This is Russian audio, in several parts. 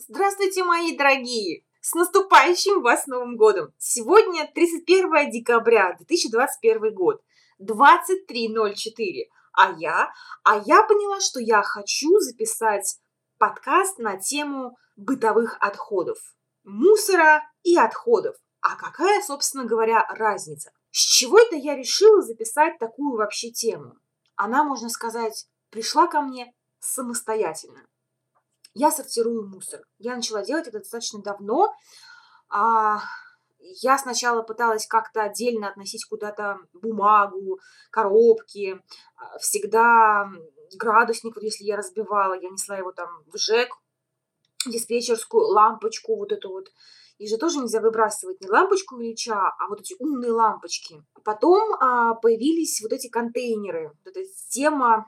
Здравствуйте, мои дорогие! С наступающим вас Новым годом! Сегодня 31 декабря 2021 год, 23:04. А я поняла, что я хочу записать подкаст на тему бытовых отходов, мусора и отходов. А какая, собственно говоря, разница? С чего это я решила записать такую вообще тему? Она, можно сказать, пришла ко мне самостоятельно. Я сортирую мусор. Я начала делать это достаточно давно. Я сначала пыталась как-то отдельно относить куда-то бумагу, коробки. Всегда градусник, вот если я разбивала, я несла его там в ЖЭК, диспетчерскую, лампочку вот эту вот. Их же тоже нельзя выбрасывать не лампочку Ильича, а вот эти умные лампочки. Потом появились вот эти контейнеры. Вот эта тема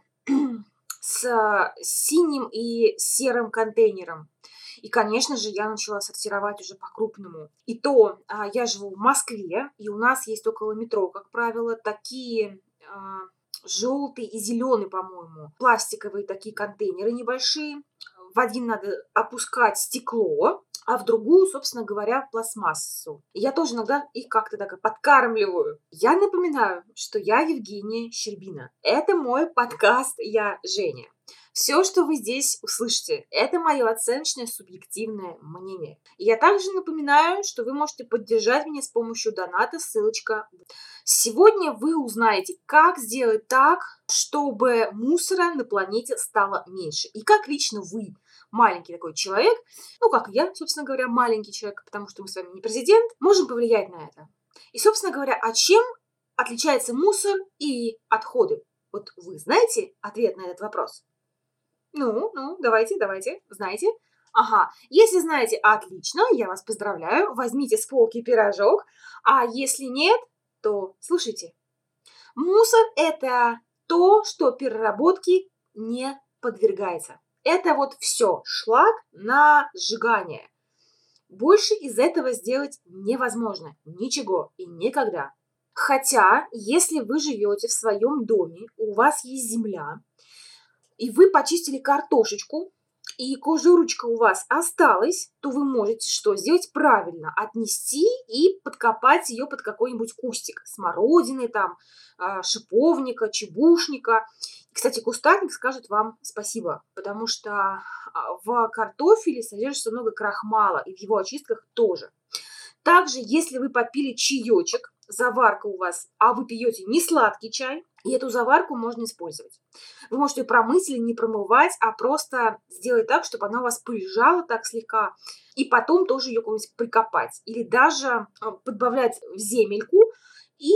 с синим и серым контейнером. И, конечно же, я начала сортировать уже по-крупному. И то я живу в Москве, и у нас есть около метро, как правило, такие желтый и зеленый, по-моему, пластиковые такие контейнеры небольшие. В один надо опускать стекло, а в другую, собственно говоря, пластмассу. И я тоже иногда их как-то так подкармливаю. Я напоминаю, что я Евгения Щербина. Это мой подкаст «Я Женя». Все, что вы здесь услышите, это мое оценочное субъективное мнение. И я также напоминаю, что вы можете поддержать меня с помощью доната, ссылочка. Сегодня вы узнаете, как сделать так, чтобы мусора на планете стало меньше. И как лично вы, маленький такой человек, как я, собственно говоря, маленький человек, потому что мы с вами не президент, можем повлиять на это. И, собственно говоря, чем отличается мусор и отходы? Вот вы знаете ответ на этот вопрос? Давайте, знаете? Ага, если знаете, отлично, я вас поздравляю, возьмите с полки пирожок, а если нет, то слушайте. Мусор – это то, что переработке не подвергается. Это вот все, шлак на сжигание. Больше из этого сделать невозможно. Ничего и никогда. Хотя, если вы живете в своем доме, у вас есть земля, и вы почистили картошечку, и кожурочка у вас осталась, то вы можете что сделать правильно? Отнести и подкопать ее под какой-нибудь кустик. Смородины, там, шиповника, чебушника. Кстати, кустарник скажет вам спасибо, потому что в картофеле содержится много крахмала, и в его очистках тоже. Также, если вы попили чаечек, заварка у вас, а вы пьете не сладкий чай, и эту заварку можно использовать. Вы можете ее промыть или не промывать, а просто сделать так, чтобы она у вас полежала так слегка, и потом тоже ее куда-нибудь прикопать. Или даже подбавлять в земельку и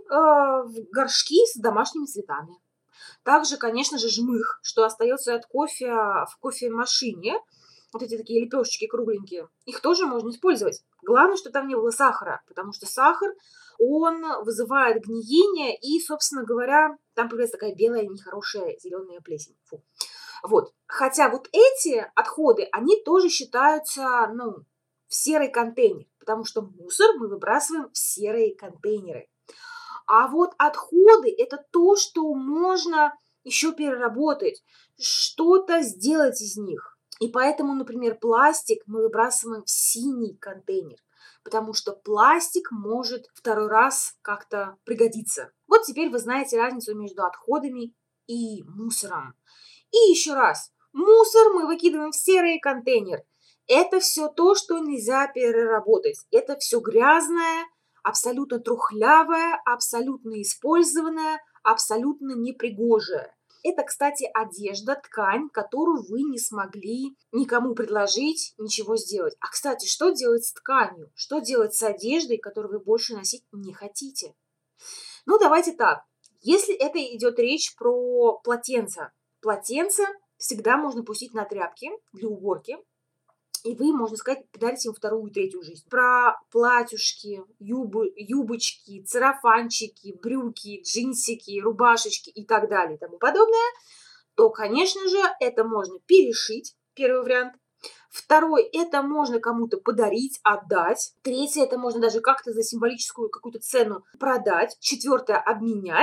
в горшки с домашними цветами. Также, конечно же, жмых, что остается от кофе в кофемашине. Вот эти такие лепешечки кругленькие, их тоже можно использовать. Главное, что там не было сахара, потому что сахар, он вызывает гниение, и, собственно говоря, там появляется такая белая, нехорошая зеленая плесень. Фу. Вот. Хотя вот эти отходы, они тоже считаются, в серый контейнер, потому что мусор мы выбрасываем в серые контейнеры. А вот отходы – это то, что можно еще переработать, что-то сделать из них. И поэтому, например, пластик мы выбрасываем в синий контейнер, потому что пластик может второй раз как-то пригодиться. Вот теперь вы знаете разницу между отходами и мусором. И еще раз, мусор мы выкидываем в серый контейнер. Это все то, что нельзя переработать. Это все грязное, абсолютно трухлявое, абсолютно использованное, абсолютно непригожее. Это, кстати, одежда, ткань, которую вы не смогли никому предложить, ничего сделать. А, кстати, что делать с тканью? Что делать с одеждой, которую вы больше носить не хотите? Давайте так. Если это идет речь про полотенца. Полотенца всегда можно пустить на тряпки для уборки. И вы, можно сказать, подарите им вторую, третью жизнь. Про платьюшки, юбочки, сарафанчики, брюки, джинсики, рубашечки и так далее и тому подобное, то, конечно же, это можно перешить, первый вариант. Второй, это можно кому-то подарить, отдать. Третье, это можно даже как-то за символическую какую-то цену продать. Четвертое, обменять.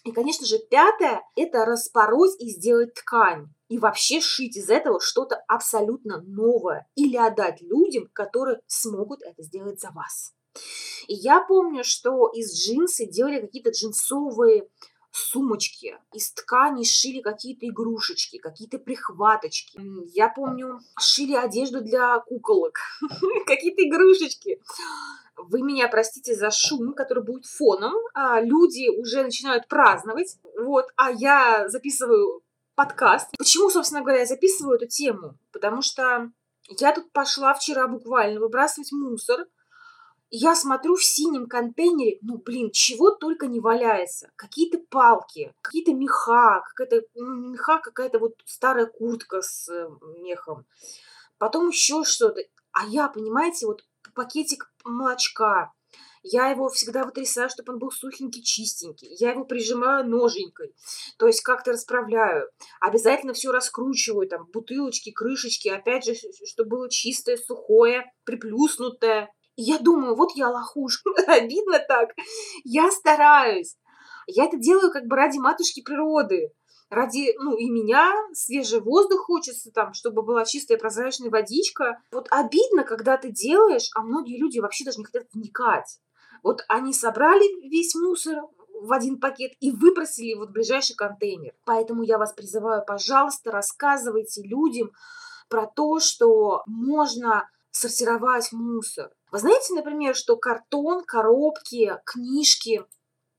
И, конечно же, пятое — это распороть и сделать ткань. И вообще сшить из этого что-то абсолютно новое. Или отдать людям, которые смогут это сделать за вас. И я помню, что из джинсы делали какие-то джинсовые сумочки, из ткани шили какие-то игрушечки, какие-то прихваточки. Я помню, шили одежду для куколок, какие-то игрушечки. Вы меня простите за шум, который будет фоном. Люди уже начинают праздновать, вот, а я записываю подкаст. Почему, собственно говоря, я записываю эту тему? Потому что я тут пошла вчера буквально выбрасывать мусор. И я смотрю в синем контейнере, ну, блин, чего только не валяется. Какие-то палки, какие-то меха, какая-то вот старая куртка с мехом. Потом еще что-то. А я, понимаете, вот пакетик молочка. Я его всегда вытрясаю, чтобы он был сухенький, чистенький. Я его прижимаю ноженькой, то есть как-то расправляю. Обязательно все раскручиваю, там, бутылочки, крышечки. Опять же, чтобы было чистое, сухое, приплюснутое. И я думаю, вот я лохушка, обидно так. Я стараюсь. Я это делаю как бы ради матушки природы. Ради, ну, и меня, свежий воздух хочется там, чтобы была чистая прозрачная водичка. Вот обидно, когда ты делаешь, а многие люди вообще даже не хотят вникать. Вот они собрали весь мусор в один пакет и выбросили его в ближайший контейнер. Поэтому я вас призываю, пожалуйста, рассказывайте людям про то, что можно сортировать мусор. Вы знаете, например, что картон, коробки, книжки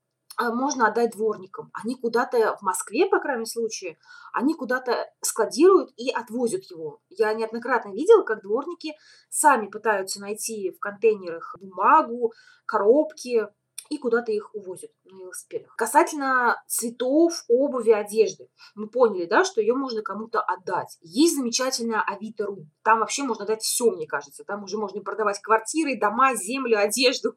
можно отдать дворникам. Они куда-то в Москве, по крайней случае, они куда-то складируют и отвозят его. Я неоднократно видела, как дворники сами пытаются найти в контейнерах бумагу, коробки и куда-то их увозят на велосипедах. Касательно цветов, обуви, одежды. Мы поняли, да, что ее можно кому-то отдать. Есть замечательная Авито.ру. Там вообще можно дать все, мне кажется. Там уже можно продавать квартиры, дома, землю, одежду.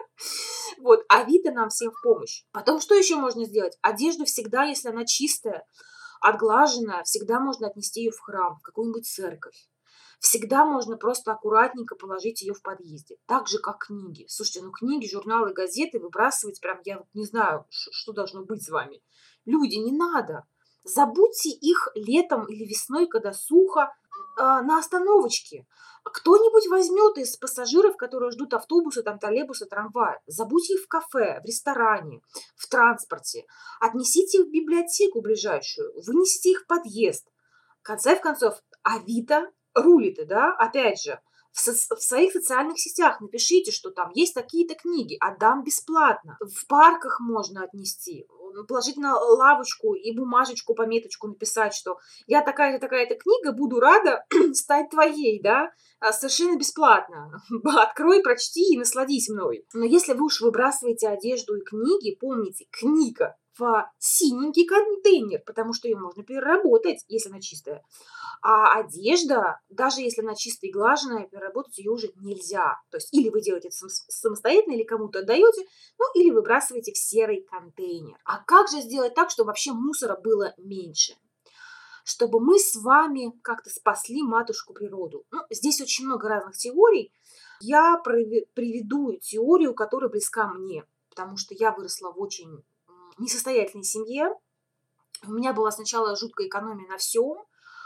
Вот, Авито нам всем в помощь. Потом, что еще можно сделать? Одежду всегда, если она чистая, отглаженная, всегда можно отнести ее в храм, в какую-нибудь церковь. Всегда можно просто аккуратненько положить ее в подъезде. Так же, как книги. Слушайте, ну книги, журналы, газеты выбрасывать прям, я вот не знаю, что должно быть с вами. Люди, не надо. Забудьте их летом или весной, когда сухо, на остановочке. Кто-нибудь возьмет из пассажиров, которые ждут автобуса, там, троллейбуса, трамвая. Забудьте их в кафе, в ресторане, в транспорте. Отнесите их в библиотеку ближайшую, вынесите их в подъезд. В конце концов, Авито рулит, да, опять же, в своих социальных сетях напишите, что там есть такие-то книги, отдам бесплатно. В парках можно отнести, положить на лавочку и бумажечку, пометочку написать, что я такая-то, такая-то книга, буду рада стать твоей, да, совершенно бесплатно. Открой, прочти и насладись мной. Но если вы уж выбрасываете одежду и книги, помните, книга в синенький контейнер, потому что ее можно переработать, если она чистая. А одежда, даже если она чистая и глаженная, переработать ее уже нельзя. То есть или вы делаете это самостоятельно, или кому-то отдаете, ну или выбрасываете в серый контейнер. А как же сделать так, чтобы вообще мусора было меньше? Чтобы мы с вами как-то спасли матушку природу. Ну, здесь очень много разных теорий. Я приведу теорию, которая близка мне, потому что я выросла в очень несостоятельной семье. У меня была сначала жуткая экономия на всем,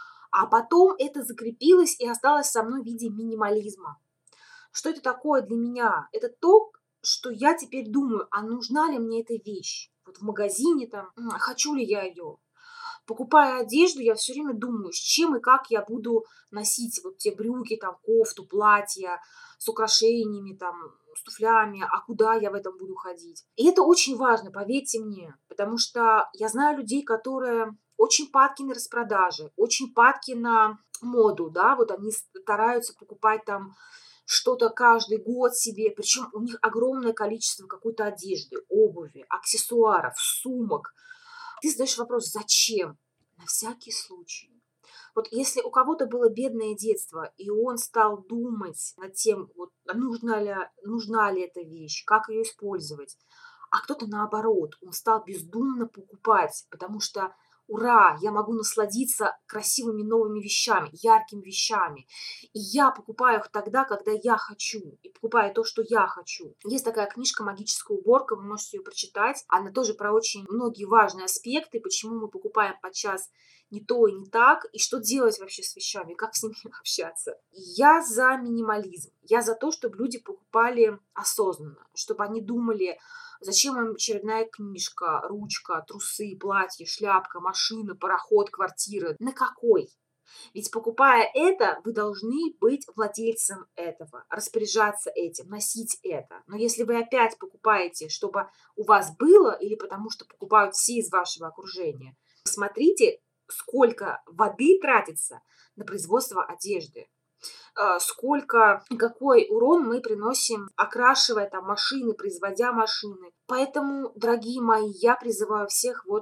а потом это закрепилось и осталось со мной в виде минимализма. Что это такое для меня? Это то, что я теперь думаю, а нужна ли мне эта вещь? Вот в магазине там, хочу ли я ее? Покупая одежду, я все время думаю, с чем и как я буду носить вот те брюки, там, кофту, платья с украшениями, там, с туфлями, а куда я в этом буду ходить. И это очень важно, поверьте мне, потому что я знаю людей, которые очень падки на распродажи, очень падки на моду, да, вот они стараются покупать там что-то каждый год себе, причем у них огромное количество какой-то одежды, обуви, аксессуаров, сумок. Ты задаешь вопрос, зачем? На всякий случай. Вот если у кого-то было бедное детство, и он стал думать над тем, вот, нужна ли эта вещь, как ее использовать, а кто-то наоборот, он стал бездумно покупать, потому что ура, я могу насладиться красивыми новыми вещами, яркими вещами. И я покупаю их тогда, когда я хочу, и покупаю то, что я хочу. Есть такая книжка «Магическая уборка», вы можете ее прочитать. Она тоже про очень многие важные аспекты, почему мы покупаем подчас не то и не так, и что делать вообще с вещами, как с ними общаться. Я за минимализм, я за то, чтобы люди покупали осознанно, чтобы они думали, зачем им очередная книжка, ручка, трусы, платье, шляпка, машина, пароход, квартира. На какой? Ведь покупая это, вы должны быть владельцем этого, распоряжаться этим, носить это. Но если вы опять покупаете, чтобы у вас было, или потому что покупают все из вашего окружения, смотрите, сколько воды тратится на производство одежды, сколько и какой урон мы приносим, окрашивая там машины, производя машины. Поэтому, дорогие мои, я призываю всех вот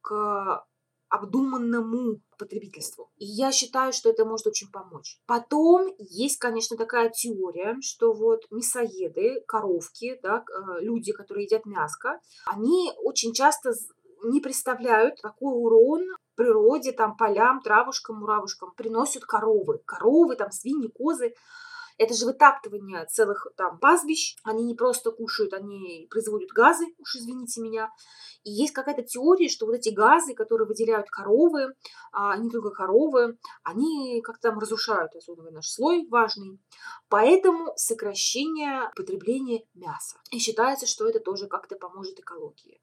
к обдуманному потребительству. И я считаю, что это может очень помочь. Потом есть, конечно, такая теория, что вот мясоеды, коровки, да, люди, которые едят мяско, они очень часто не представляют, какой урон природе, там, полям, травушкам, муравушкам приносят коровы. Коровы, там, свиньи, козы. Это же вытаптывание целых там пастбищ. Они не просто кушают, они производят газы, уж извините меня. И есть какая-то теория, что вот эти газы, которые выделяют коровы, не только коровы, они как-то там разрушают озоновый наш слой важный. Поэтому сокращение потребления мяса. И считается, что это тоже как-то поможет экологии.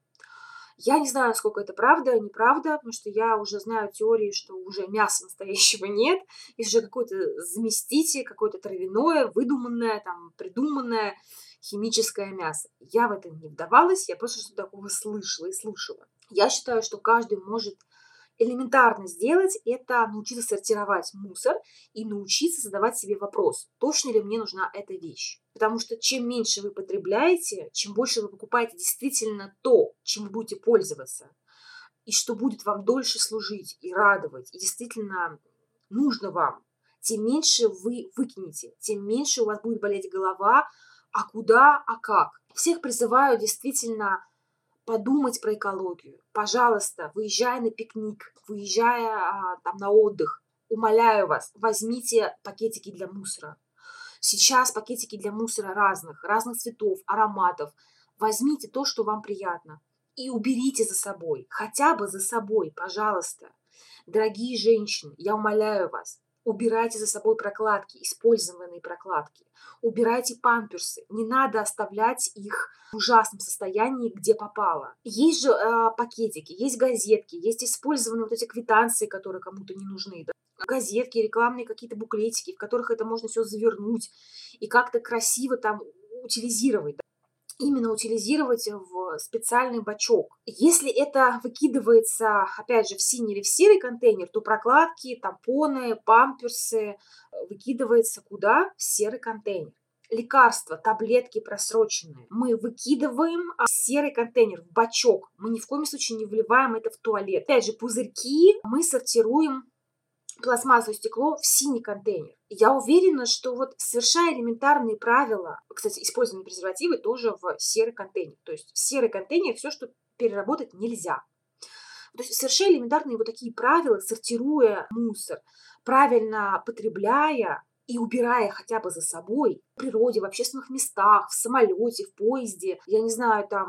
Я не знаю, насколько это правда, неправда, потому что я уже знаю теории, что уже мяса настоящего нет, есть уже какое-то заместитель, какое-то травяное, выдуманное, там, придуманное химическое мясо. Я в это не вдавалась, я просто что-то такого слышала и слушала. Я считаю, что каждый может элементарно сделать, это научиться сортировать мусор и научиться задавать себе вопрос, точно ли мне нужна эта вещь. Потому что чем меньше вы потребляете, чем больше вы покупаете действительно то, чем вы будете пользоваться, и что будет вам дольше служить и радовать, и действительно нужно вам, тем меньше вы выкинете, тем меньше у вас будет болеть голова, а куда, а как. Всех призываю действительно подумать про экологию. Пожалуйста, выезжая на пикник, выезжая там на отдых, умоляю вас, возьмите пакетики для мусора. Сейчас пакетики для мусора разных цветов, ароматов. Возьмите то, что вам приятно, и уберите за собой, хотя бы за собой, пожалуйста. Дорогие женщины, я умоляю вас, убирайте за собой прокладки, использованные прокладки. Убирайте памперсы. Не надо оставлять их в ужасном состоянии, где попало. Есть же пакетики, есть газетки, есть использованные вот эти квитанции, которые кому-то не нужны. Да? Газетки, рекламные какие-то буклетики, в которых это можно все завернуть и как-то красиво там утилизировать. Да? Именно утилизировать в специальный бачок. Если это выкидывается, опять же, в синий или в серый контейнер, то прокладки, тампоны, памперсы выкидывается куда? В серый контейнер. Лекарства, таблетки просроченные мы выкидываем в серый контейнер, в бачок. Мы ни в коем случае не вливаем это в туалет. Опять же, пузырьки мы сортируем, пластмассу и стекло, в синий контейнер. Я уверена, что вот совершая элементарные правила, кстати, использование презервативы тоже в серый контейнер. То есть в серый контейнер все, что переработать нельзя. То есть совершая элементарные вот такие правила, сортируя мусор, правильно потребляя и убирая хотя бы за собой в природе, в общественных местах, в самолете, в поезде, я не знаю, там,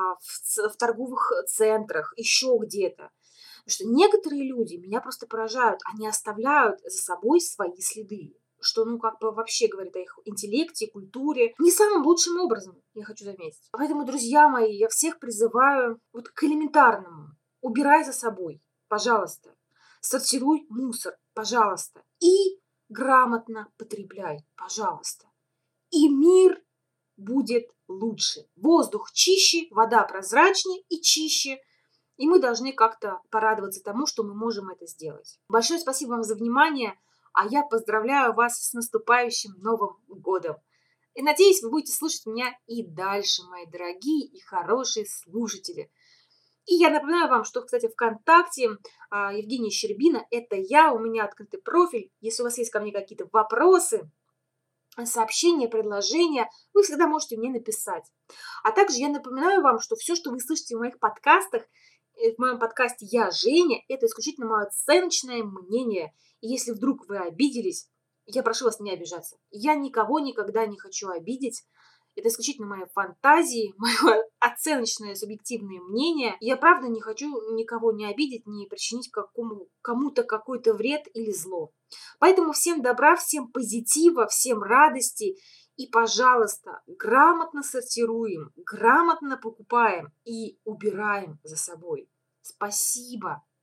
в торговых центрах, еще где-то. Потому что некоторые люди меня просто поражают, они оставляют за собой свои следы, что, ну, как бы вообще говорит о их интеллекте, культуре. Не самым лучшим образом, я хочу заметить. Поэтому, друзья мои, я всех призываю вот к элементарному. Убирай за собой, пожалуйста. Сортируй мусор, пожалуйста. И грамотно потребляй, пожалуйста. И мир будет лучше. Воздух чище, вода прозрачнее и чище. И мы должны как-то порадоваться тому, что мы можем это сделать. Большое спасибо вам за внимание, а я поздравляю вас с наступающим Новым годом. И надеюсь, вы будете слушать меня и дальше, мои дорогие и хорошие слушатели. И я напоминаю вам, что, кстати, ВКонтакте Евгения Щербина – это я, у меня открытый профиль. Если у вас есть ко мне какие-то вопросы, сообщения, предложения, вы всегда можете мне написать. А также я напоминаю вам, что все, что вы слышите в моих подкастах, в моем подкасте «Я Женя» — это исключительно мое оценочное мнение. И если вдруг вы обиделись, я прошу вас не обижаться. Я никого никогда не хочу обидеть. Это исключительно мои фантазии, мое оценочное субъективное мнение. Я правда не хочу никого не обидеть, не причинить кому-то какой-то вред или зло. Поэтому всем добра, всем позитива, всем радости. И, пожалуйста, грамотно сортируем, грамотно покупаем и убираем за собой. Спасибо.